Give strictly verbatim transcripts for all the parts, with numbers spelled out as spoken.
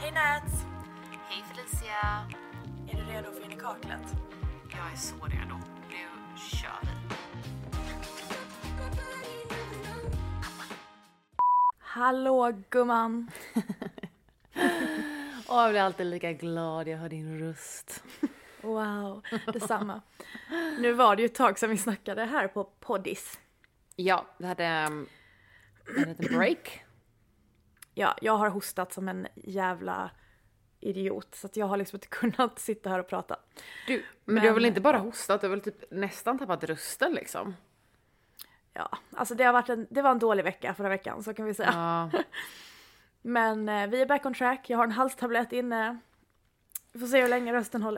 Hej Nat! Hej Felicia! Är du redo för in i kaklet? Jag är så redo. Nu kör vi. Hallå gumman! Åh, jag blir alltid lika glad, jag hör din röst. Wow, detsamma. Nu var det ju ett tag sedan vi snackade här på Poddis. Ja, vi hade um, en liten break. Ja, jag har hostat som en jävla idiot. Så att jag har liksom inte kunnat sitta här och prata. Du, men, men du har väl inte bara hostat, du har väl typ nästan tappat rösten liksom? Ja, alltså det har varit en, det var en dålig vecka förra veckan, så kan vi säga. Ja. Men eh, vi är back on track, jag har en halstablett inne. Vi får se hur länge rösten håller.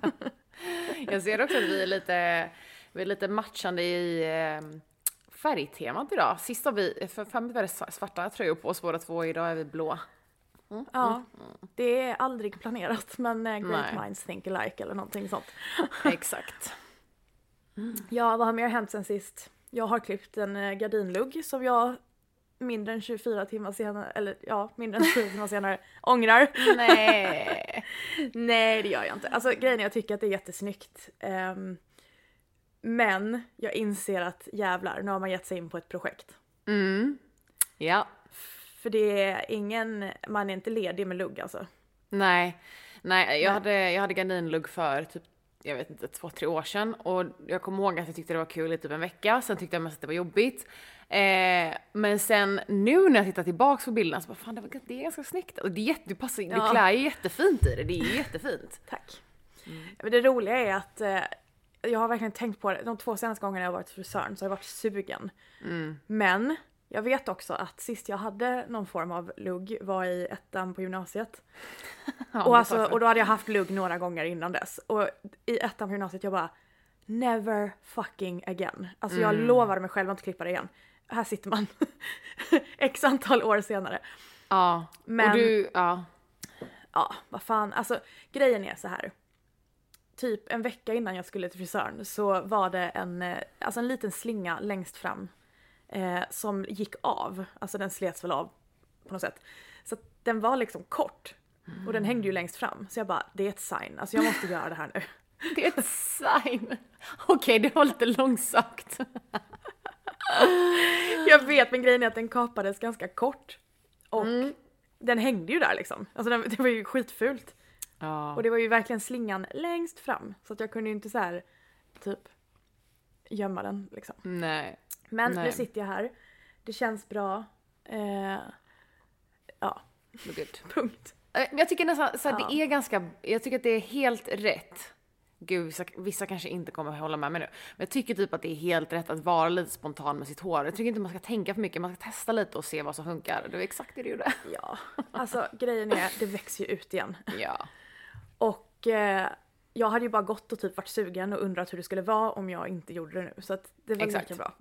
Jag ser också att vi är lite, vi är lite matchande i eh, färgtemat idag. Sist har vi, för fem var det svarta tröjor på oss båda två, idag är vi blå. Mm, ja, mm, mm. Det är aldrig planerat, men eh, great Nej. minds think alike eller någonting sånt. Exakt. Mm. Ja, vad har mer hänt sen sist? Jag har klippt en eh, gardinlugg som jag mindre än tjugofyra timmar senare, eller ja, mindre än tjugo timmar senare ångrar. Nej. Nej, det gör jag inte. Alltså grejen är, jag tycker att det är jättesnyggt. Um, men jag inser att jävlar, nu har man gett sig in på ett projekt. Mm. Ja. För det är ingen, man är inte ledig med lugg alltså. Nej, nej jag, hade, jag hade gardinlugg för typ, jag vet inte, två, tre år sedan. Och jag kommer ihåg att jag tyckte det var kul i typ en vecka. Sen tyckte jag mest att det var jobbigt. Eh, men sen nu när jag tittar tillbaka på bilderna så bara, fan det, var, det är ganska snyggt. Och det, är jätte, det, passar, Ja. det klär jättefint i det, det är jättefint. Tack. Mm. Men det roliga är att eh, jag har verkligen tänkt på det. De två senaste gångerna jag har varit frisören så har jag varit sugen. Mm. Men jag vet också att sist jag hade någon form av lugg var i ettan på gymnasiet. Ja, och, alltså, och då hade jag haft lugg några gånger innan dess. Och i ettan på gymnasiet jag bara, never fucking again. Alltså jag Mm. lovade mig själv att inte klippa det igen. Här sitter man x antal år senare. Ja, Men, och du, ja. Ja, vad fan. Alltså grejen är så här. Typ en vecka innan jag skulle till frisören så var det en, eh, alltså en liten slinga längst fram. Eh, som gick av. Alltså den slets väl av på något sätt. Så att den var liksom kort. Och den hängde ju längst fram. Så jag bara, det är ett sign. Alltså jag måste göra det här nu. Det är ett sign. Okej, det var lite långsökt. Jag vet, men grejen är att den kapades ganska kort. Och Mm. den hängde ju där liksom. Alltså den, det var ju skitfult. Ja. Och det var ju verkligen slingan längst fram. Så att jag kunde ju inte så här typ gömma den liksom. Nej. Men Nej. nu sitter jag här. Det känns bra. Eh, ja, Look good. punkt. Eh, Jag tycker nästan så här, Ja. det är ganska, jag tycker att det är helt rätt. Gud, vissa, vissa kanske inte kommer att hålla med mig nu. Men jag tycker typ att det är helt rätt att vara lite spontan med sitt hår. Jag tycker inte man ska tänka för mycket, man ska testa lite och se vad som funkar. Det var exakt det du gjorde. Ja, alltså grejen är, det växer ju ut igen. Ja. Och eh, jag hade ju bara gått och typ varit sugen och undrat hur det skulle vara om jag inte gjorde det nu. Så att det var Exakt. lika bra.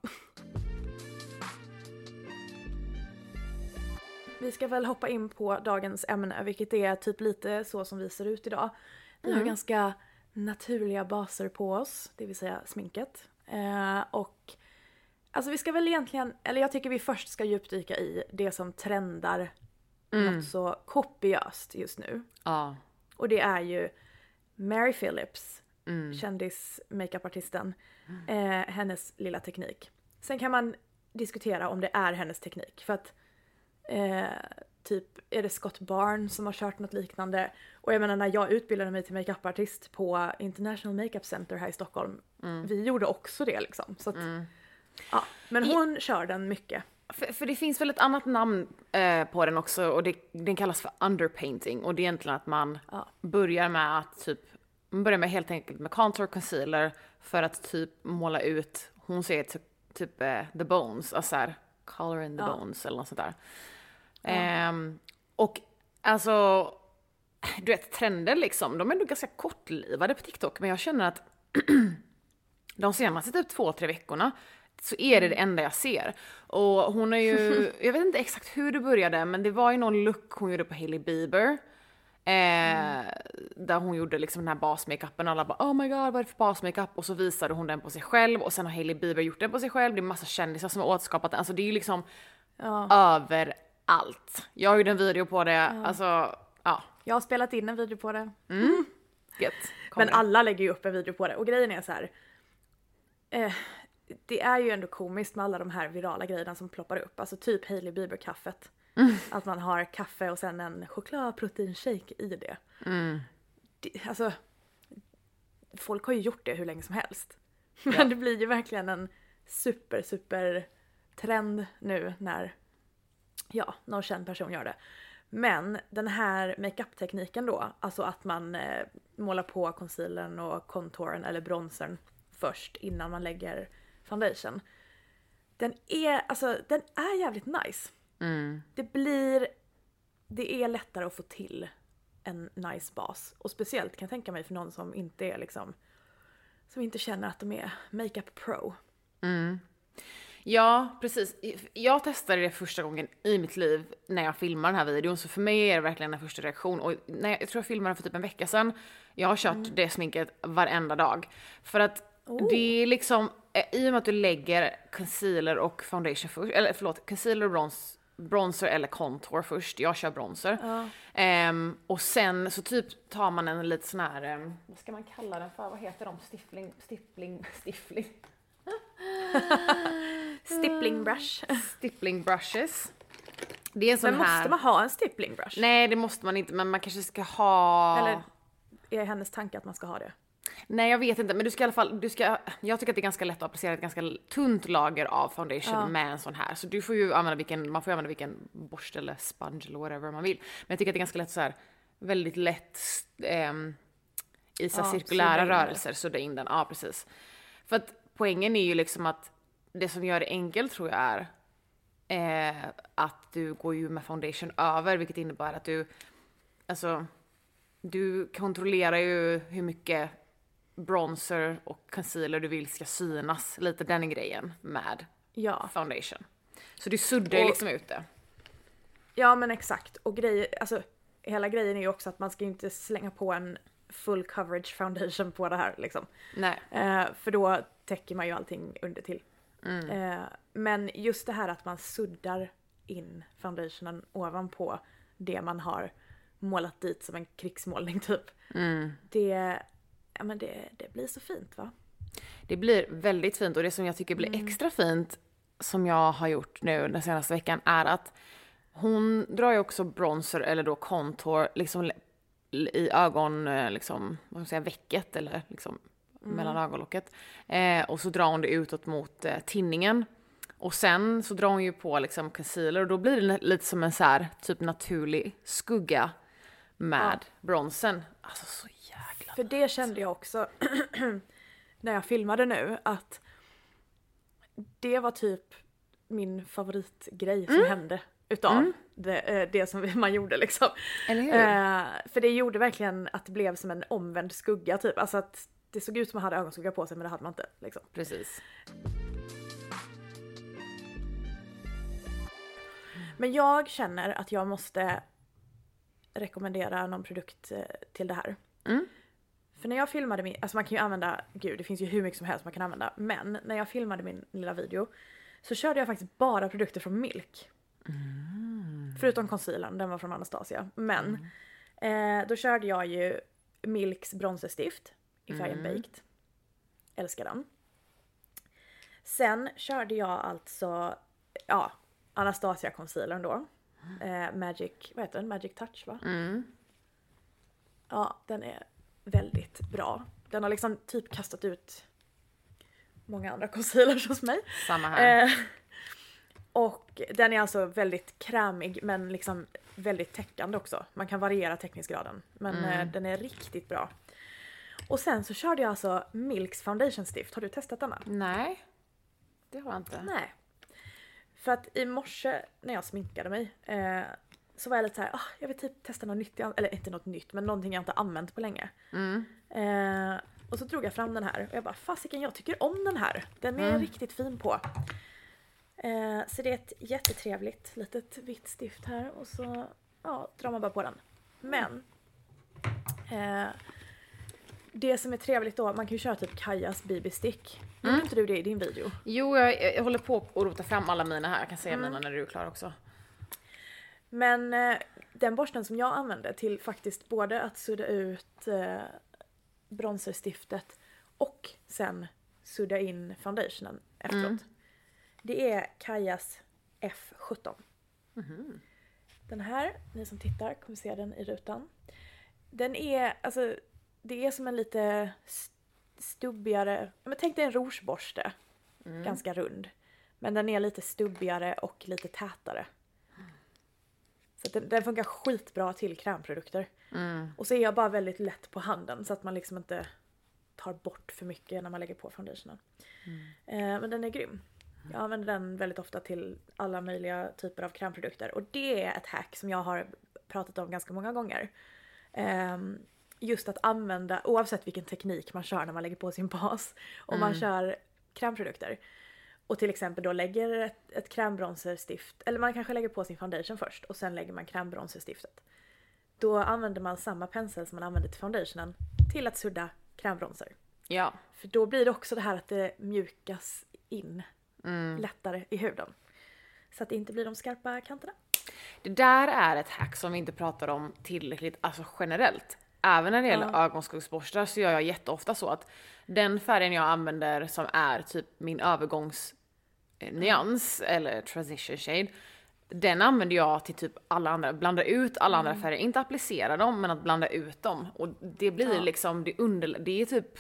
Vi ska väl hoppa in på dagens ämne, vilket är typ lite så som vi ser ut idag. Vi har Mm. ganska naturliga baser på oss, det vill säga sminket. Eh, och alltså vi ska väl egentligen, eller jag tycker vi först ska djupdyka i det som trendar Mm. något så kopiöst just nu. Ja. Och det är ju Mary Phillips, Mm. kändis-makeupartisten, eh, hennes lilla teknik. Sen kan man diskutera om det är hennes teknik. För att eh, typ är det Scott Barnes som har kört något liknande. Och jag menar, när jag utbildade mig till makeupartist på International Makeup Center här i Stockholm. Mm. Vi gjorde också det liksom. Så att, Mm. ja. Men hon kör den mycket. För, för det finns väl ett annat namn eh, på den också, och det, den kallas för underpainting. Och det är egentligen att man Ja. börjar med att typ, man börjar med helt enkelt med contour concealer för att typ måla ut, hon säger typ, typ eh, the bones, alltså här, color in the Ja. bones eller något sånt där. Ja. Ehm, och alltså, du vet, trender liksom, de är ändå ganska kortlivade på TikTok, men jag känner att de senaste typ två, tre veckorna så är det det enda jag ser. Och hon är ju, jag vet inte exakt hur det började, men det var ju någon look hon gjorde på Hailey Bieber. Eh, mm. Där hon gjorde liksom den här basmakeupen och alla bara, oh my god, vad är det för basmakeup? Och så visade hon den på sig själv, och sen har Hailey Bieber gjort den på sig själv. Det är massa kändisar som har återskapat den. Alltså det är ju liksom Ja. överallt. Jag gjorde en video på det, Ja. alltså Ja. Jag har spelat in en video på det. Mm. Gött. Men alla lägger ju upp en video på det. Och grejen är så här. Eh, det är ju ändå komiskt med alla de här virala grejerna som ploppar upp. Alltså typ Hailey Bieber-kaffet. Mm. Att man har kaffe och sen en chokladproteinshake i det. Mm. det. Alltså, folk har ju gjort det hur länge som helst. Ja. Men det blir ju verkligen en super, super trend nu när, ja, någon känd person gör det. Men den här makeup-tekniken då, alltså att man eh, målar på concealern och contouren eller bronzern först innan man lägger foundation. Den är, alltså, den är jävligt nice. Mm. Det blir, det är lättare att få till en nice bas. Och speciellt kan jag tänka mig för någon som inte är liksom, som inte känner att de är makeup pro. Mm. Ja, precis. Jag testade det första gången i mitt liv när jag filmade den här videon. Så för mig är det verkligen en första reaktion. Och när jag, jag tror jag filmade den för typ en vecka sedan. Jag har kört mm. det sminket varenda dag. För att oh. det är liksom, i och med att du lägger concealer och foundation först. Eller förlåt, concealer och bronze. Bronzer eller contour först. Jag kör bronzer. Ja. Um, och sen så typ tar man en lite sån här, um, vad ska man kalla den för? Vad heter de? Stippling, stippling, stippling. Stippling brush. Stippling brushes. Det är en sån men här... måste man ha en stippling brush? Nej, det måste man inte, men man kanske ska ha... Eller är hennes tanke att man ska ha det? Nej, jag vet inte, men du ska i alla fall, du ska, jag tycker att det är ganska lätt att applicera ett ganska tunt lager av foundation ja. med en sån här. Så du får ju använda vilken, man får använda vilken borste eller sponge eller whatever man vill. Men jag tycker att det är ganska lätt så här, väldigt lätt ähm, i så ja, cirkulära rörelser sudda in den. Ja, precis. För att poängen är ju liksom att det som gör det enkelt tror jag är eh, att du går ju med foundation över, vilket innebär att du, alltså, du kontrollerar ju hur mycket bronzer och concealer du vill ska synas, lite den grejen med ja. foundation. Så du suddar ju liksom ut det. Ja, men exakt. Och grejer, alltså hela grejen är ju också att man ska inte slänga på en full coverage foundation på det här liksom. Nej. Eh, för då täcker man ju allting under till. Mm. Eh, men just det här att man suddar in foundationen ovanpå det man har målat dit som en krigsmålning typ. Mm. Det, ja, men det, det blir så fint, va? Det blir väldigt fint, och det som jag tycker blir mm. extra fint som jag har gjort nu den senaste veckan är att hon drar ju också bronzer eller då contour liksom i ögon, liksom, vad ska man säga, vecket eller liksom mm. mellan ögonlocket. Eh, och så drar hon det utåt mot eh, tinningen. Och sen så drar hon ju på liksom concealer, och då blir det lite som en så här typ naturlig skugga med ja. bronzen. Alltså så jäkla För det kände jag också när jag filmade nu, att det var typ min favoritgrej som mm. hände utav mm. det, det som man gjorde liksom. Eller hur? Eh, för det gjorde verkligen att det blev som en omvänd skugga typ. Alltså att det såg ut som man hade ögonskugga på sig, men det hade man inte liksom. Precis. Men jag känner att jag måste rekommendera någon produkt till det här. Mm. För när jag filmade min, alltså man kan ju använda, gud det finns ju hur mycket som helst man kan använda. Men när jag filmade min lilla video så körde jag faktiskt bara produkter från Milk. Mm. Förutom concealern, den var från Anastasia. Men mm. eh, då körde jag ju Milks bronzerstift i färgen mm. Baked. Älskar den. Sen körde jag alltså, ja, Anastasia concealern då. Eh, Magic, vad heter den? Magic Touch, va? Mm. Ja, den är väldigt bra. Den har liksom typ kastat ut många andra concealers hos mig. Samma här. Eh, och den är alltså väldigt krämig, men liksom väldigt täckande också. Man kan variera täckningsgraden, men mm. eh, den är riktigt bra. Och sen så körde jag alltså Milks foundation stift. Har du testat denna? Nej, det har jag inte. Nej. För att i morse när jag sminkade mig eh, så var jag lite så här, ah, jag vill typ testa något nytt, eller inte något nytt, men någonting jag inte använt på länge. Mm. Eh, och så drog jag fram den här och jag bara, fasiken, jag tycker om den här. Den är mm. riktigt fin på. Eh, så det är ett jättetrevligt litet vitt stift här, och så ja, drar man bara på den. Men eh, det som är trevligt då, man kan ju köra typ Kajas B B-stick. Gjorde mm. inte du det i din video? Jo, jag, jag håller på att rota fram alla mina här. Jag kan säga mm. mina när du är klar också. Men eh, den borsten som jag använde till faktiskt både att sudda ut eh, bronzerstiftet och sen sudda in foundationen efteråt. Mm. Det är Kajas F sjutton. Mm. Den här, ni som tittar kommer se den i rutan. Den är, alltså, det är som en lite stubbigare, men tänk dig en rougeborste. Mm. Ganska rund. Men den är lite stubbigare och lite tätare. Så att den, den funkar skitbra till krämprodukter. Mm. Och så är jag bara väldigt lätt på handen så att man liksom inte tar bort för mycket när man lägger på foundationen. Mm. Eh, men den är grym. Jag använder den väldigt ofta till alla möjliga typer av krämprodukter. Och det är ett hack som jag har pratat om ganska många gånger. Eh, just att använda, oavsett vilken teknik man kör när man lägger på sin bas. Om mm. man kör krämprodukter. Och till exempel då lägger ett, ett krämbronserstift. Eller man kanske lägger på sin foundation först. Och sen lägger man krämbronserstiftet. Då använder man samma pensel som man använder till foundationen. Till att sudda krämbronser. Ja. För då blir det också det här att det mjukas in. Mm. Lättare i huden. Så att det inte blir de skarpa kanterna. Det där är ett hack som vi inte pratar om tillräckligt, alltså generellt. Även när det gäller ja. ögonskuggsborstar så gör jag jätteofta så att den färgen jag använder som är typ min övergångsnyans mm. eller transition shade, den använder jag till typ alla andra, blanda ut alla mm. andra färger, inte applicera dem men att blanda ut dem. Och det blir ja. liksom, det under, det är typ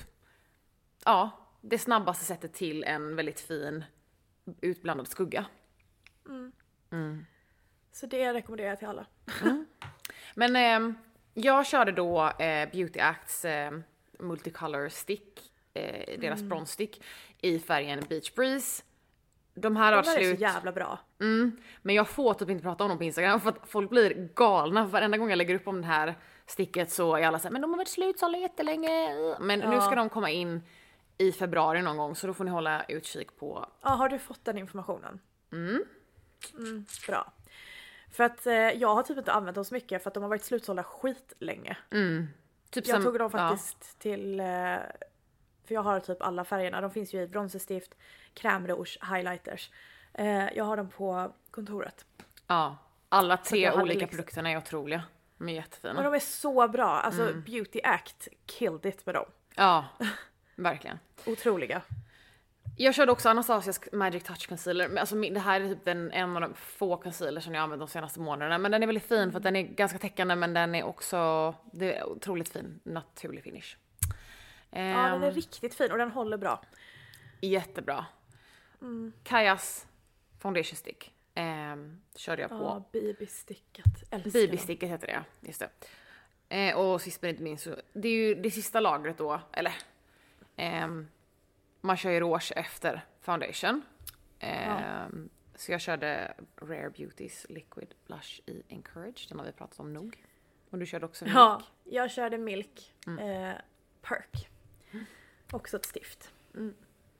ja, det snabbaste sättet till en väldigt fin utblandad skugga. Mm. Mm. Så det rekommenderar jag till alla. Mm. Men eh, jag körde då eh, Beauty Acts eh, Multicolor Stick, eh, deras mm. bronstick i färgen Beach Breeze. De här har varit slut. De är så jävla bra. Mm. Men jag får typ inte prata om dem på Instagram för att folk blir galna. Varenda gång jag lägger upp om det här sticket så är alla så här, men de har varit slut så jättelänge. Men ja. nu ska de komma in i februari någon gång, så då får ni hålla utkik på. Ja, har du fått den informationen? Mm. Mm, bra. För att eh, jag har typ inte använt dem så mycket för att de har varit slutsålda skit länge. Mm. Typ jag som, tog dem faktiskt ja. till, eh, för jag har typ alla färgerna. De finns ju i bronserstift, krämrouge, highlighters. Eh, jag har dem på kontoret. Ja, alla tre olika liksom produkterna är otroliga. De är jättefina. Och de är så bra. Alltså mm. Beauty Act killed it med dem. Ja, verkligen. Otroliga. Jag körde också Anastasias Magic Touch Concealer. Men alltså, det här är typ den, en av de få concealer som jag har använt de senaste månaderna. Men den är väldigt fin för att den är ganska täckande, men den är också, det är otroligt fin, naturlig finish. Ja, um, den är riktigt fin och den håller bra. Jättebra. Mm. Kajas Foundation Stick um, körde jag på. Ja, B B-sticket. B B-sticket heter det, just det. Eh, och sist men inte minst så, det är ju det sista lagret då, eller um, man kör ju rouge efter foundation. Eh, ja. Så jag körde Rare Beauties Liquid Blush i Encourage. Den har vi pratat om nog. Och du körde också Milk. Ja, jag körde Milk. Mm. Eh, Perk. Mm. Också ett stift. Mm.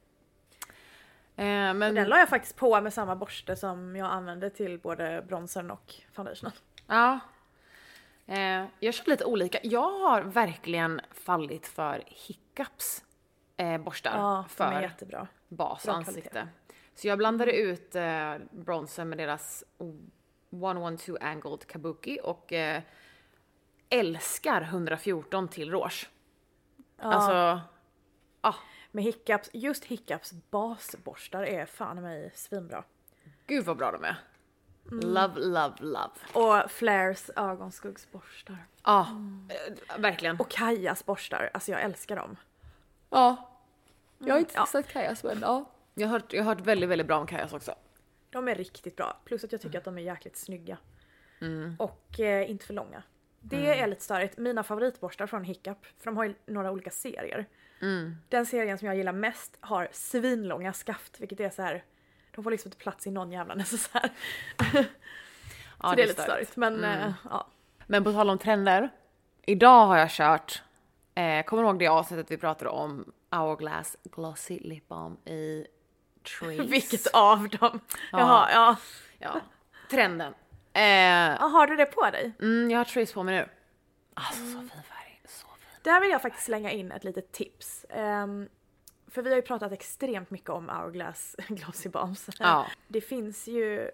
Eh, men... Den la jag faktiskt på med samma borste som jag använde till både bronzern och foundationen. Ja. Eh, jag körde lite olika. Jag har verkligen fallit för hiccups. Eh, borstar ja, för jättebra. bas och ansikte. Så jag blandade ut eh, bronzer med deras one twelve Angled Kabuki och eh, älskar one fourteen till rouge. Ja. Alltså, ah. Med hiccups, just hiccups basborstar är fan i mig svinbra. Gud vad bra de är. Mm. Love, love, love. Och Flairs ögonskuggsborstar. Ja, mm. eh, verkligen. Och Kajas borstar, alltså jag älskar dem. Ja. Jag har inte mm. testat Kajas, men ja. Jag har, hört, jag har hört väldigt, väldigt bra om Kajas också. De är riktigt bra. Plus att jag tycker mm. att de är jäkligt snygga. Mm. Och eh, inte för långa. Det mm. är lite störigt. Mina favoritborstar från Hiccup, för de har ju några olika serier. Mm. Den serien som jag gillar mest har svinlånga skaft, vilket är så här. De får liksom inte plats i någon jävla necessär. Ja, så det, det är lite störigt. Men, mm. eh, ja. Men på tal om trender. Idag har jag kört, eh, kommer du ihåg det avsnittet vi pratade om Hourglass Glossy Lip Balm i Trees? Vilket av dem? Ja. Jaha, ja. Ja, trenden. Eh, ja, har du det på dig? Mm, jag har Trees på mig nu. Alltså, mm. så fin färg. Så fin. Där vill jag faktiskt slänga in ett litet tips. Um, för vi har ju pratat extremt mycket om Hourglass Glossy Balms. Ja. Det finns ju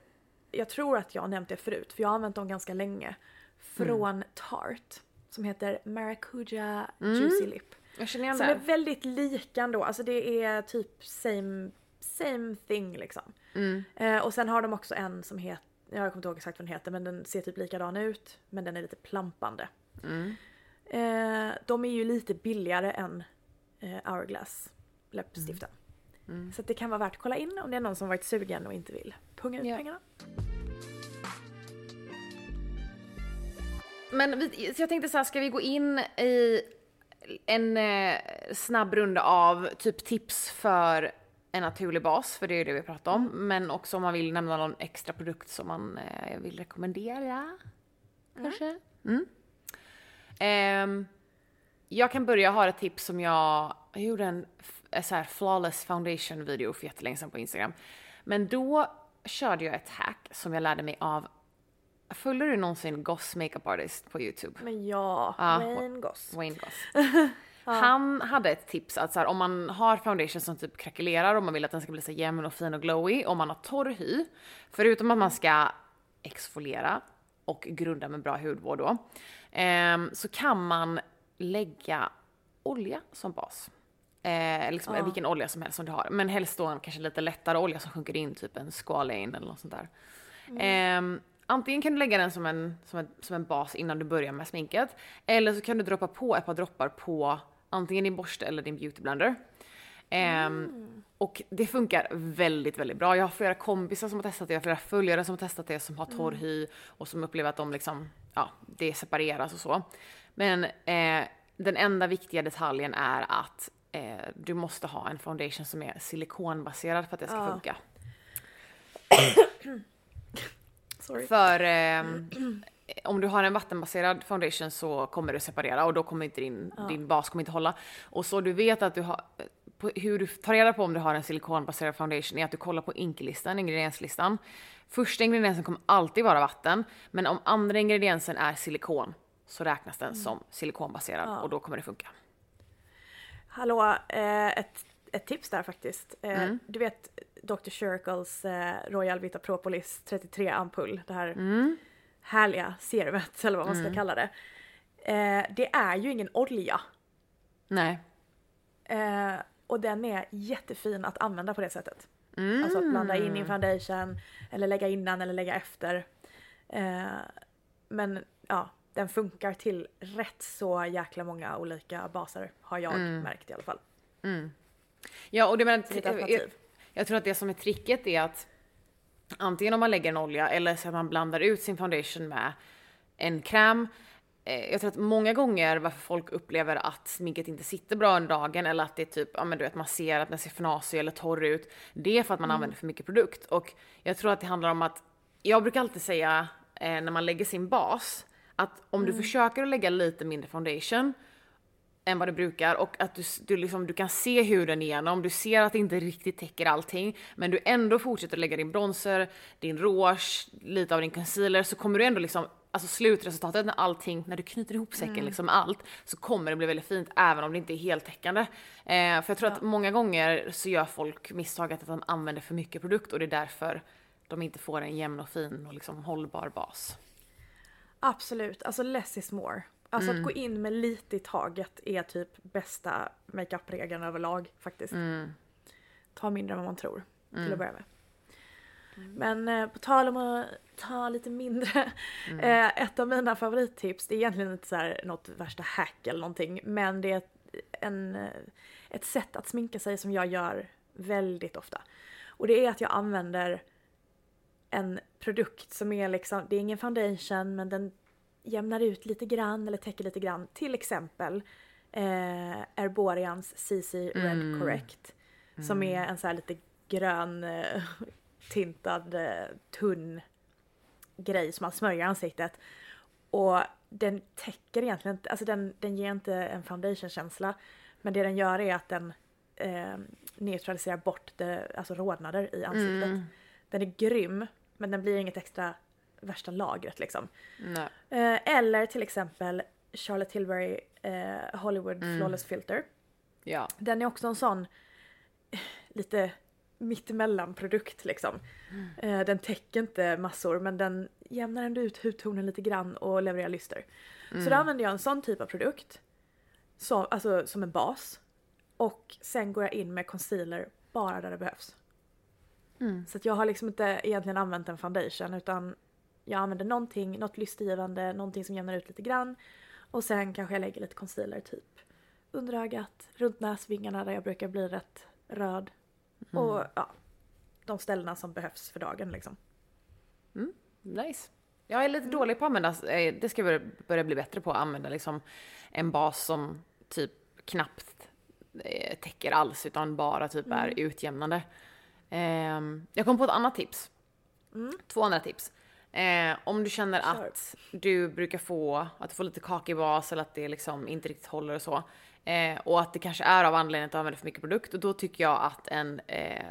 jag tror att jag har nämnt det förut, för jag har använt dem ganska länge. Från mm. Tarte, som heter Maracuja mm. Juicy Lip. Jag känner igen som det. är väldigt lika ändå, alltså det är typ same, same thing liksom. Mm. Eh, och sen har de också en som heter, jag kommer inte ihåg exakt vad den heter, men den ser typ likadan ut, men den är lite plampande. Mm. Eh, de är ju lite billigare än eh, Hourglass läppstiften. Mm. Mm. Så att det kan vara värt att kolla in om det är någon som varit sugen och inte vill punga ut yeah. pengarna. Men vi, så jag tänkte så här, ska vi gå in i en eh, snabb runda av typ tips för en naturlig bas, för det är det vi pratar om. Mm. Men också om man vill nämna någon extra produkt som man eh, vill rekommendera. Mm. Kanske? Mm. Eh, jag kan börja ha ett tips som jag, jag gjorde en, en så här flawless foundation video för jättelänge sedan på Instagram. Men då körde jag ett hack som jag lärde mig av. Följer du någonsin Goss Makeup Artist på YouTube? Men ja, ja Wayne Goss. Wayne Goss. Ja. Han hade ett tips att så här, om man har foundation som typ krackelerar och man vill att den ska bli så jämn och fin och glowy, om man har torr hy, förutom att man ska exfoliera och grunda med bra hudvård då, eh, så kan man lägga olja som bas. Eh, liksom ja. Vilken olja som helst som du har, men helst då en kanske lite lättare olja som sjunker in, typ en squalane eller något sånt där. Mm. Eh, Antingen kan du lägga den som en, som, en, som en bas innan du börjar med sminket. Eller så kan du droppa på ett par droppar på antingen din borste eller din beautyblender. Mm. Um, och det funkar väldigt, väldigt bra. Jag har flera kompisar som har testat det. Jag har flera följare som har testat det, som har torr hy och som upplever att de liksom, ja, det separeras och så. Men eh, den enda viktiga detaljen är att eh, du måste ha en foundation som är silikonbaserad för att det ska ja. funka. Sorry. För eh, om du har en vattenbaserad foundation så kommer det separera och då kommer inte din, ja. din bas kommer inte hålla. Och så du vet att du har, på, hur du tar reda på om du har en silikonbaserad foundation är att du kollar på ingredienslistan, ingredienslistan. Första ingrediensen kommer alltid vara vatten, men om andra ingrediensen är silikon så räknas den mm. som silikonbaserad ja. och då kommer det funka. Hallå, eh, ett, ett tips där faktiskt. Eh, mm. Du vet doktor Circles eh, Royal Vita Propolis trettiotre ampull, det här mm. härliga serumet eller vad man ska mm. kalla det. Eh, det är ju ingen olja. Nej. Eh, och den är jättefin att använda på det sättet. Mm. Alltså att blanda in i foundation eller lägga innan eller lägga efter. Eh, men ja, den funkar till rätt så jäkla många olika baser har jag mm. märkt i alla fall. Mm. Ja, och det men jag, jag tror att det som är tricket är att antingen om man lägger en olja eller så att man blandar ut sin foundation med en kräm. Eh, jag tror att många gånger varför folk upplever att sminket inte sitter bra under dagen eller att det är typ, ja men du vet, man ser att den ser fnasig eller torr ut. Det är för att man mm. använder för mycket produkt. Och jag tror att det handlar om att, jag brukar alltid säga eh, när man lägger sin bas, att om mm. du försöker att lägga lite mindre foundation än vad du brukar och att du, du, liksom, du kan se huden igenom, du ser att det inte riktigt täcker allting, men du ändå fortsätter att lägga din bronzer, din rouge, lite av din concealer, så kommer du ändå liksom, alltså slutresultatet när allting, när du knyter ihop säcken mm. liksom allt, så kommer det bli väldigt fint även om det inte är helt täckande. Eh, för jag tror ja. att många gånger så gör folk misstaget att de använder för mycket produkt och det är därför de inte får en jämn och fin och liksom hållbar bas. Absolut, alltså less is more. Alltså mm. att gå in med lite i taget är typ bästa makeup-regeln överlag faktiskt. Mm. Ta mindre än vad man tror mm. till att börja med. Mm. Men eh, på tal om att ta lite mindre. Mm. Eh, ett av mina favorittips, det är egentligen inte så här något värsta hack eller någonting. Men det är ett, en, ett sätt att sminka sig som jag gör väldigt ofta. Och det är att jag använder en produkt som är liksom, det är ingen foundation men den jämnar ut lite grann eller täcker lite grann. Till exempel eh, Erborians C C Red mm. Correct. Mm. Som är en så här lite grön eh, tintad eh, tunn grej som man smörjer ansiktet. Och den täcker egentligen inte, alltså den, den ger inte en foundation-känsla. Men det den gör är att den eh, neutraliserar bort det, alltså rodnader i ansiktet. Mm. Den är grym, men den blir inget extra värsta lagret liksom. Nej. Eh, eller till exempel Charlotte Tilbury eh, Hollywood mm. Flawless Filter. Ja. Den är också en sån lite mittemellan produkt liksom. Mm. Eh, den täcker inte massor men den jämnar ändå ut hudtonen lite grann och levererar lyster. Mm. Så då använder jag en sån typ av produkt. Så, alltså som en bas. Och sen går jag in med concealer bara där det behövs. Mm. Så att jag har liksom inte egentligen använt en foundation utan jag använder någonting, något lystergivande, någonting som jämnar ut lite grann. Och sen kanske jag lägger lite concealer typ under ögat, runt näsvingarna där jag brukar bli rätt röd. Mm. Och ja, de ställena som behövs för dagen liksom. Mm, nice. Jag är lite mm. dålig på att använda, det ska jag börja bli bättre på att använda liksom en bas som typ knappt täcker alls utan bara typ mm. är utjämnande. Eh, jag kom på ett annat tips. Mm. Två andra tips. Eh, om du känner sure. att du brukar få att du får lite kakig bas eller att det liksom inte riktigt håller och så. Eh, och att det kanske är av anledning att du använder för mycket produkt. Och då tycker jag att en eh,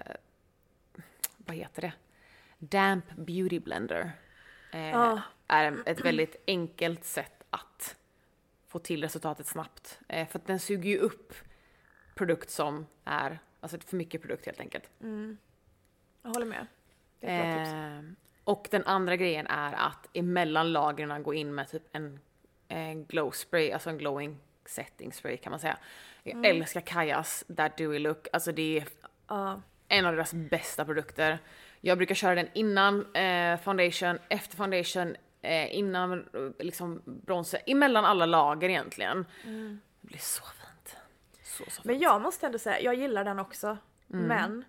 vad heter det? Damp beauty blender eh, ah. är ett väldigt enkelt sätt att få till resultatet snabbt. Eh, för att den suger ju upp produkt som är, alltså för mycket produkt helt enkelt. Mm. Jag håller med. Det är ett bra tips. Eh, och den andra grejen är att emellan lagren gå in med typ en, en glow spray, alltså en glowing setting spray kan man säga. Jag mm. älskar Kajas That Dewy Look, alltså det är uh. en av deras bästa produkter. Jag brukar köra den innan eh, foundation, efter foundation, eh, innan liksom bronzer, emellan alla lager egentligen. Mm. Det blir så fint. Så, så fint. Men jag måste ändå säga, jag gillar den också, mm. men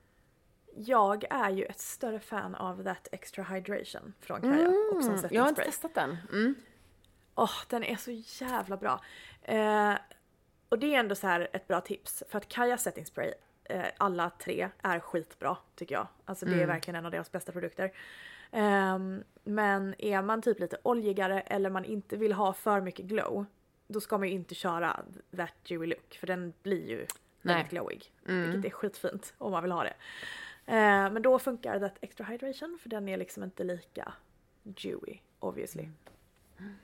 jag är ju ett större fan av That Extra Hydration från Kaja. Mm. Och som jag har inte testat den. Mm. Åh, oh, den är så jävla bra. Eh, och det är ändå så här ett bra tips. För att Kaja setting spray, eh, alla tre är skitbra tycker jag. Alltså det är mm. verkligen en av deras bästa produkter. Eh, men är man typ lite oljigare eller man inte vill ha för mycket glow, då ska man ju inte köra That Dewy Look. För den blir ju Nej. väldigt glowig. Mm. Vilket är skitfint om man vill ha det. Eh, men då funkar That Extra Hydration för den är liksom inte lika dewy, obviously. Mm.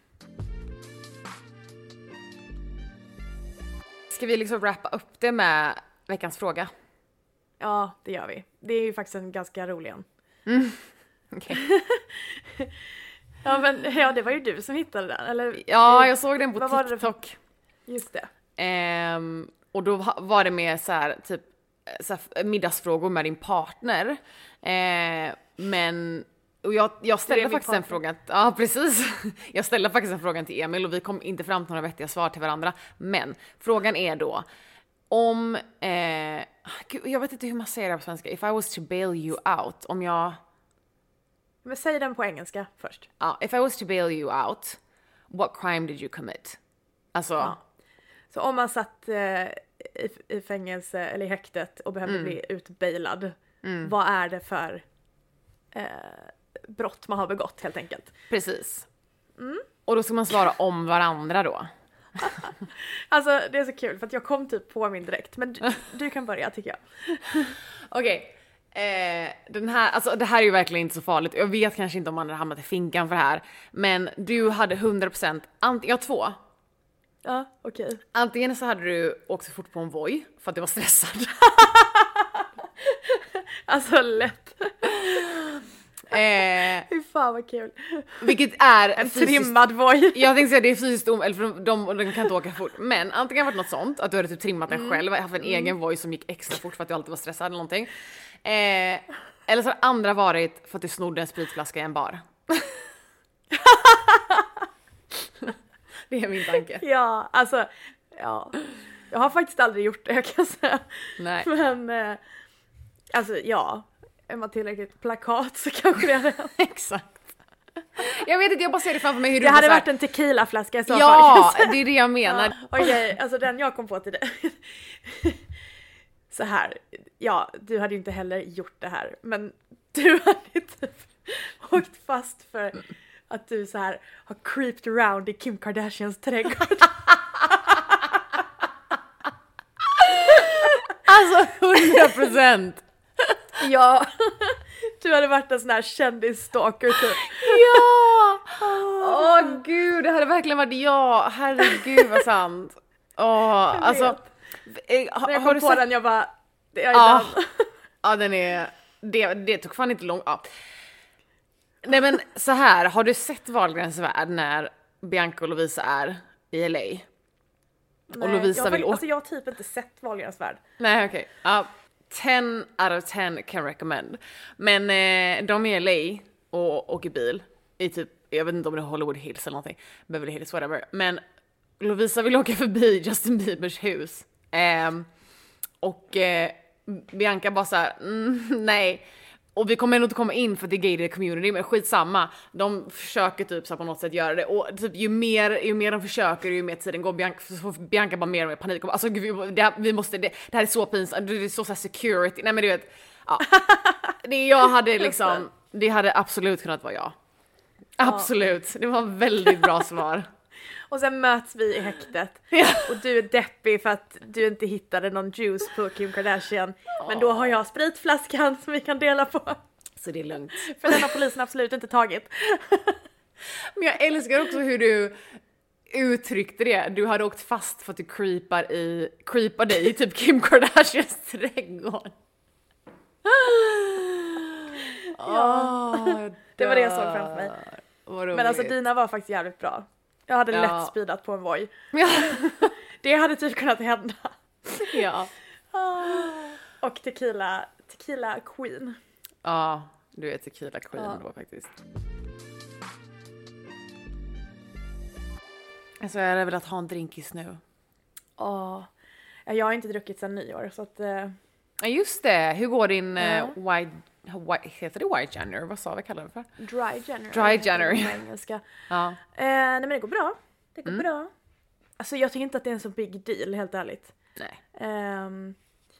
Ska vi liksom wrappa upp det med veckans fråga? Ja, det gör vi. Det är ju faktiskt en ganska rolig en. Mm. Okay. ja, men ja, det var ju du som hittade den. Eller, ja, jag såg den på TikTok. Just det. Ehm, och då var det med så här, typ så här, middagsfrågor med din partner. Ehm, men... Och jag, jag ställde faktiskt en fråga, ja precis, jag ställde faktiskt en fråga till Emil och vi kom inte fram till några vettiga svar till varandra. Men frågan är då, om, eh, gud, jag vet inte hur man säger det på svenska, if I was to bail you out, om jag... Men säg den på engelska först. Ja, if I was to bail you out, what crime did you commit? Alltså... Ja. Så om man satt eh, i, i fängelse eller i häktet och behövde mm. bli utbailad, mm. vad är det för... Eh, brott man har begått helt enkelt. Precis. Mm. Och då ska man svara om varandra då. Alltså det är så kul för att jag kom typ på min direkt. Men du, du kan börja tycker jag. Okej. Okay. Eh, den här, alltså det här är ju verkligen inte så farligt. Jag vet kanske inte om man hade hamnat i finkan för det här. Men du hade hundra procent, ant- jag har två. Ja, okej. Okay. Antingen så hade du åkt så fort på en Voi för att du var stressad. Alltså lätt. Eh, Fy fan vad kul. Vilket är en fysiskt, trimmad Voi. Jag tänkte säga det är fysiskt om, eller för de, de, de kan inte åka fort. Men antingen har det varit något sånt, att du hade typ trimmat den mm. själv, haft en mm. egen Voi som gick extra fort för att du alltid var stressad eller någonting. Eh, eller så har andra varit för att du snodde en spritflaska i en bar. Det är min tanke. Ja, alltså, ja. Jag har faktiskt aldrig gjort det, jag kan säga. Nej. Men, eh, alltså ja. Är man tillräckligt plakat så kanske det är exakt. Jag vet inte, jag bara ser det framför mig hur det du hade så här... varit en tequilaflaska i så fall. Ja, det är det jag menar. Ja, okej, okay, alltså den jag kom på till det. Så här, ja, du hade ju inte heller gjort det här, men du hade typ åkt fast för att du så här har creeped around i Kim Kardashians trädgård. Alltså hundra procent. Ja, du hade varit en sån här kändisstalker typ. Ja! Åh oh, gud, det hade verkligen varit jag. Herregud vad sant. Åh, oh, alltså. När jag har kom du på sett... den, jag bara, det är ah, den. Ja, den är... Det, det tog fan inte lång... Ja. Nej, men så här. Har du sett Wahlgrens värld när Bianca och Lovisa är i L A? Nej, Och Lovisa jag, vill åka... alltså jag har typ inte sett Wahlgrens värld. Nej, okej. Okay. Ja, ten out of ten can recommend. Men eh, de är i L A och åker bil i typ, jag vet inte om det är Hollywood Hills eller någonting, Beverly Hills, whatever. Men Lovisa vill åka förbi Justin Biebers hus. Eh, och eh, Bianca bara såhär, mm, nej. Och vi kommer ändå inte komma in för det är gated community, men skitsamma. De försöker typ så på något sätt göra det. Och typ ju mer, ju mer de försöker, ju mer tiden går, Bianca, så får Bianca bara mer och mer panik. Alltså gud, det här, vi måste, det, det här är så pinsamt, det är så, så här security. Nej men du vet, ja. Det jag hade liksom, det hade absolut kunnat vara jag. Absolut, det var väldigt bra svar. Och sen möts vi i häktet. Ja. Och du är deppig för att du inte hittade någon juice på Kim Kardashian. Men då har jag spritflaskan som vi kan dela på. Så det är lugnt. För den har polisen absolut inte tagit. Men jag älskar också hur du uttryckte det. Du hade åkt fast för att du creepar i, creepade i typ Kim Kardashians trädgård. Ja. Oh, det var det jag såg framför mig. Men alltså dina var faktiskt jävligt bra. Jag hade ja. lätt speedat på en Voi. Ja. Det hade typ kunnat hända. Ja. Och tequila, tequila queen. Ja, du är tequila queen ja. Då faktiskt. Alltså jag hade velat ha en drinkis nu. Ja. Jag har inte druckit sedan nyår så att... Uh... Ja just det, hur går din uh, white... White, heter det White January? Vad sa vi kallar det för? Dry January. Dry January. Engelska. Ja. Eh, nej men det går bra. Det går mm. bra. Alltså jag tycker inte att det är en så big deal, helt ärligt. Nej. Um,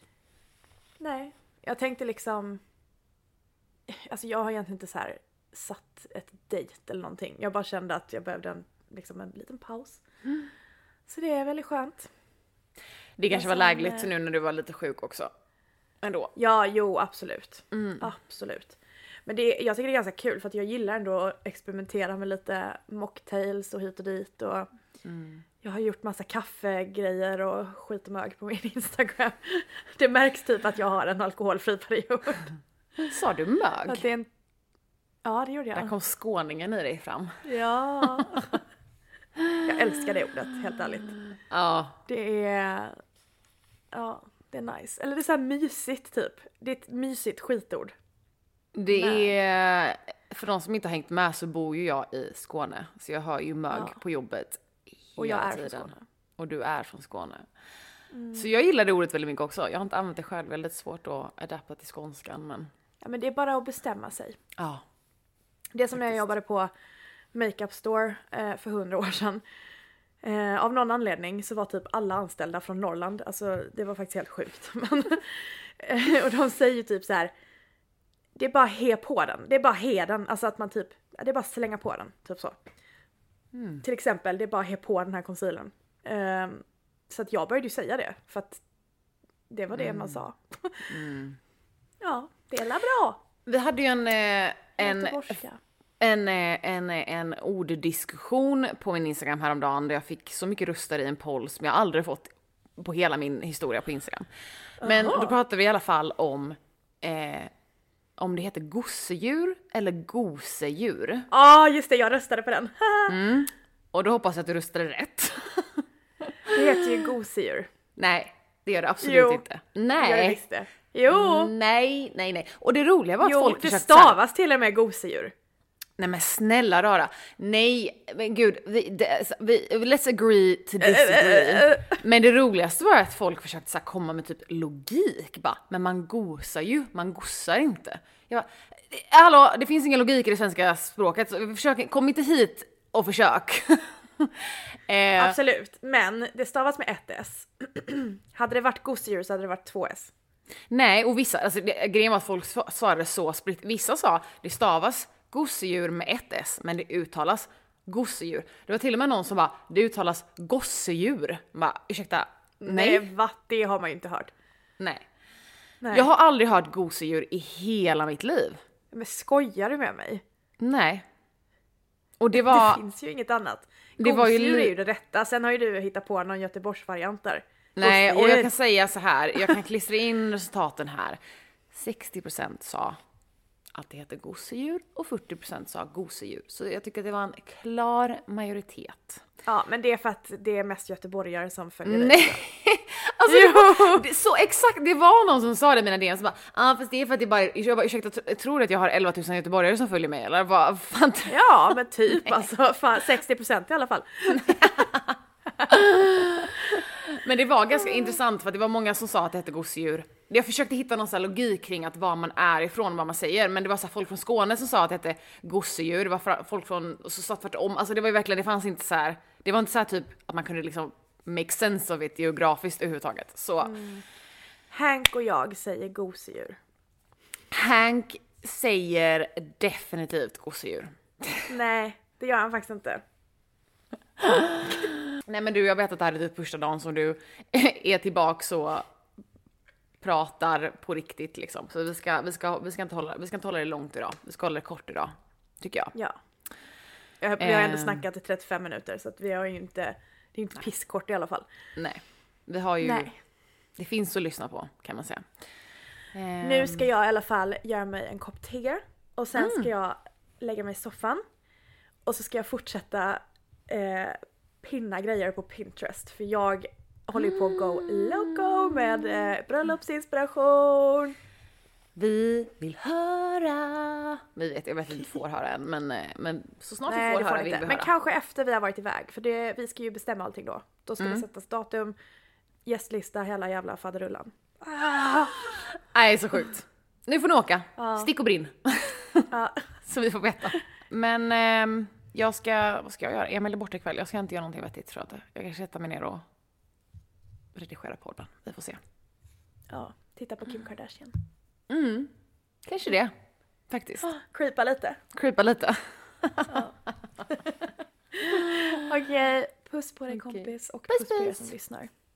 nej. Jag tänkte liksom... Alltså jag har egentligen inte så här satt ett date eller någonting. Jag bara kände att jag behövde en, liksom en liten paus. Mm. Så det är väldigt skönt. Det kanske var lägligt nu när du var lite sjuk också. Ändå. Ja, jo, absolut. Mm. Absolut. Men det, jag tycker det är ganska kul för att jag gillar ändå att experimentera med lite mocktails och hit och dit. Och mm. jag har gjort massa kaffegrejer och skit och mög på min Instagram. Det märks typ att jag har en alkoholfri period. Sa du mög? Att det är en... Ja, det gjorde jag. Där kom skåningen i dig fram. Ja. Jag älskar det ordet, helt ärligt. Ja. Det är... Ja, det är nice. Eller det är så här mysigt typ. Det är ett mysigt skitord. Det mög. Är... För de som inte har hängt med så bor ju jag i Skåne. Så jag har ju mög ja. På jobbet hela och jag är tiden. Från Skåne. Och du är från Skåne. Mm. Så jag gillar det ordet väldigt mycket också. Jag har inte använt det själv. Det är lite svårt att adapta till skånskan. Men... Ja, men det är bara att bestämma sig. Ja. Det är som när jag jobbade på Makeup Store eh, för hundra år sedan. Eh, av någon anledning så var typ alla anställda från Norrland. Alltså det var faktiskt helt sjukt. Men, eh, och de säger ju typ så här: det är bara he på den. Det är bara he den. Alltså att man typ, det är bara slänga på den. Typ så. Mm. Till exempel, det är bara he på den här concealern. Eh, så att jag började ju säga det. För att det var det mm. man sa. mm. Ja, det är la bra. Vi hade ju en... Eh, en En, en, en orddiskussion på min Instagram häromdagen där jag fick så mycket röster i en poll som jag aldrig fått på hela min historia på Instagram. Men Aha. Då pratade vi i alla fall om eh, om det heter gosedjur eller gosedjur. Ja, ah, just det, jag röstade på den. mm. Och då hoppas jag att du röstade rätt. Det heter ju gosedjur. Nej, det gör det absolut jo, inte. Nej. Det gör det visst det. Jo. Nej, nej, nej. Och det roliga var att jo, folk det försökte... stavas till och med gosedjur. Nej men snälla rara. Nej, men gud, vi, det, vi, let's agree to disagree. Men det roligaste var att folk försökte så här, komma med typ logik bara. Men man gosar ju, man gossar inte. Jag bara, hallå, det finns ingen logik i det svenska språket. Så försök, kom inte hit och försök. eh. Absolut, men det stavas med ett S. Hade det varit gosedjur så hade det varit två S. Nej, och vissa, alltså det, grejen var att folk svarade så spritt. Vissa sa, det stavas gosedjur med ett S, men det uttalas gosedjur. Det var till och med någon som bara, det uttalas gosedjur. Bara, ursäkta, nej. Nej, vad? Det har man ju inte hört. Nej. nej. Jag har aldrig hört gosedjur i hela mitt liv. Men skojar du med mig? Nej. Och det var... Det finns ju inget annat. Det var ju gosedjur är ju det rätta. Sen har ju du hittat på någon Göteborgsvariant där. Nej, och jag kan säga så här, jag kan klistra in resultaten här. sextio procent sa att det heter gosedjur och fyrtio procent sa gosedjur. Så jag tycker att det var en klar majoritet. Ja, men det är för att det är mest göteborgare som följer dig. Nej! Alltså, det var, det, så exakt, det var någon som sa det i mina D M som bara, ah, fast det är för att det bara, jag bara, ursäkta, jag tror att jag har elva tusen göteborgare som följer mig, eller vad fan? Ja, men typ, nej. Alltså, fan, sextio procent i alla fall. Men det var ganska intressant för att det var många som sa att det hette gosedjur. Jag försökte hitta någon sån här logik kring att var man är ifrån, vad man säger, men det var så här folk från Skåne som sa att det hette gosedjur, det var folk från, och så sa tvärtom, alltså det var ju verkligen, det fanns inte så här, det var inte så här typ att man kunde liksom make sense of it geografiskt överhuvudtaget. Så mm. Hank och jag säger gosedjur. Hank säger definitivt gosedjur. Nej, det gör han faktiskt inte. Nej men du, jag vet att det här är typ första dagen som du är tillbaka så pratar på riktigt liksom. Så vi ska, vi ska, vi ska inte hålla, vi ska inte hålla det långt idag. Vi ska hålla det kort idag, tycker jag. Ja. Jag, vi har ändå snackat i trettiofem minuter så att vi har ju inte, det är inte pisskort i alla fall. Nej, vi har ju, nej. Det finns att lyssna på kan man säga. Nu ska jag i alla fall göra mig en kopp te och sen Mm. ska jag lägga mig i soffan och så ska jag fortsätta eh, pinna grejer på Pinterest för jag håller ju på att go loco med eh, bröllopsinspiration. Vi vill höra. Vi vet, jag vet att vi inte får höra än, men, men så snart Nej, vi får det får höra inte. vill vi Men höra. kanske efter vi har varit iväg, för det, vi ska ju bestämma allting då. Då ska Mm. det sättas datum, gästlista, hela jävla faderullan. Ah. Nej, så sjukt. Nu får ni åka. Ja. Stick och brinn. Ja. Så vi får veta. Men ehm, jag ska, vad ska jag göra? Emil är borta ikväll. Jag ska inte göra någonting vettigt, tror jag inte. Jag kanske sätter mig ner och redigera podden. Vi får se. Ja, titta på Kim Kardashian. Mm, kanske det. Faktiskt. Oh, creepa lite. Creepa lite. Ja. Okej, puss på dig Okej. kompis och Puss, puss på er puss. som lyssnar.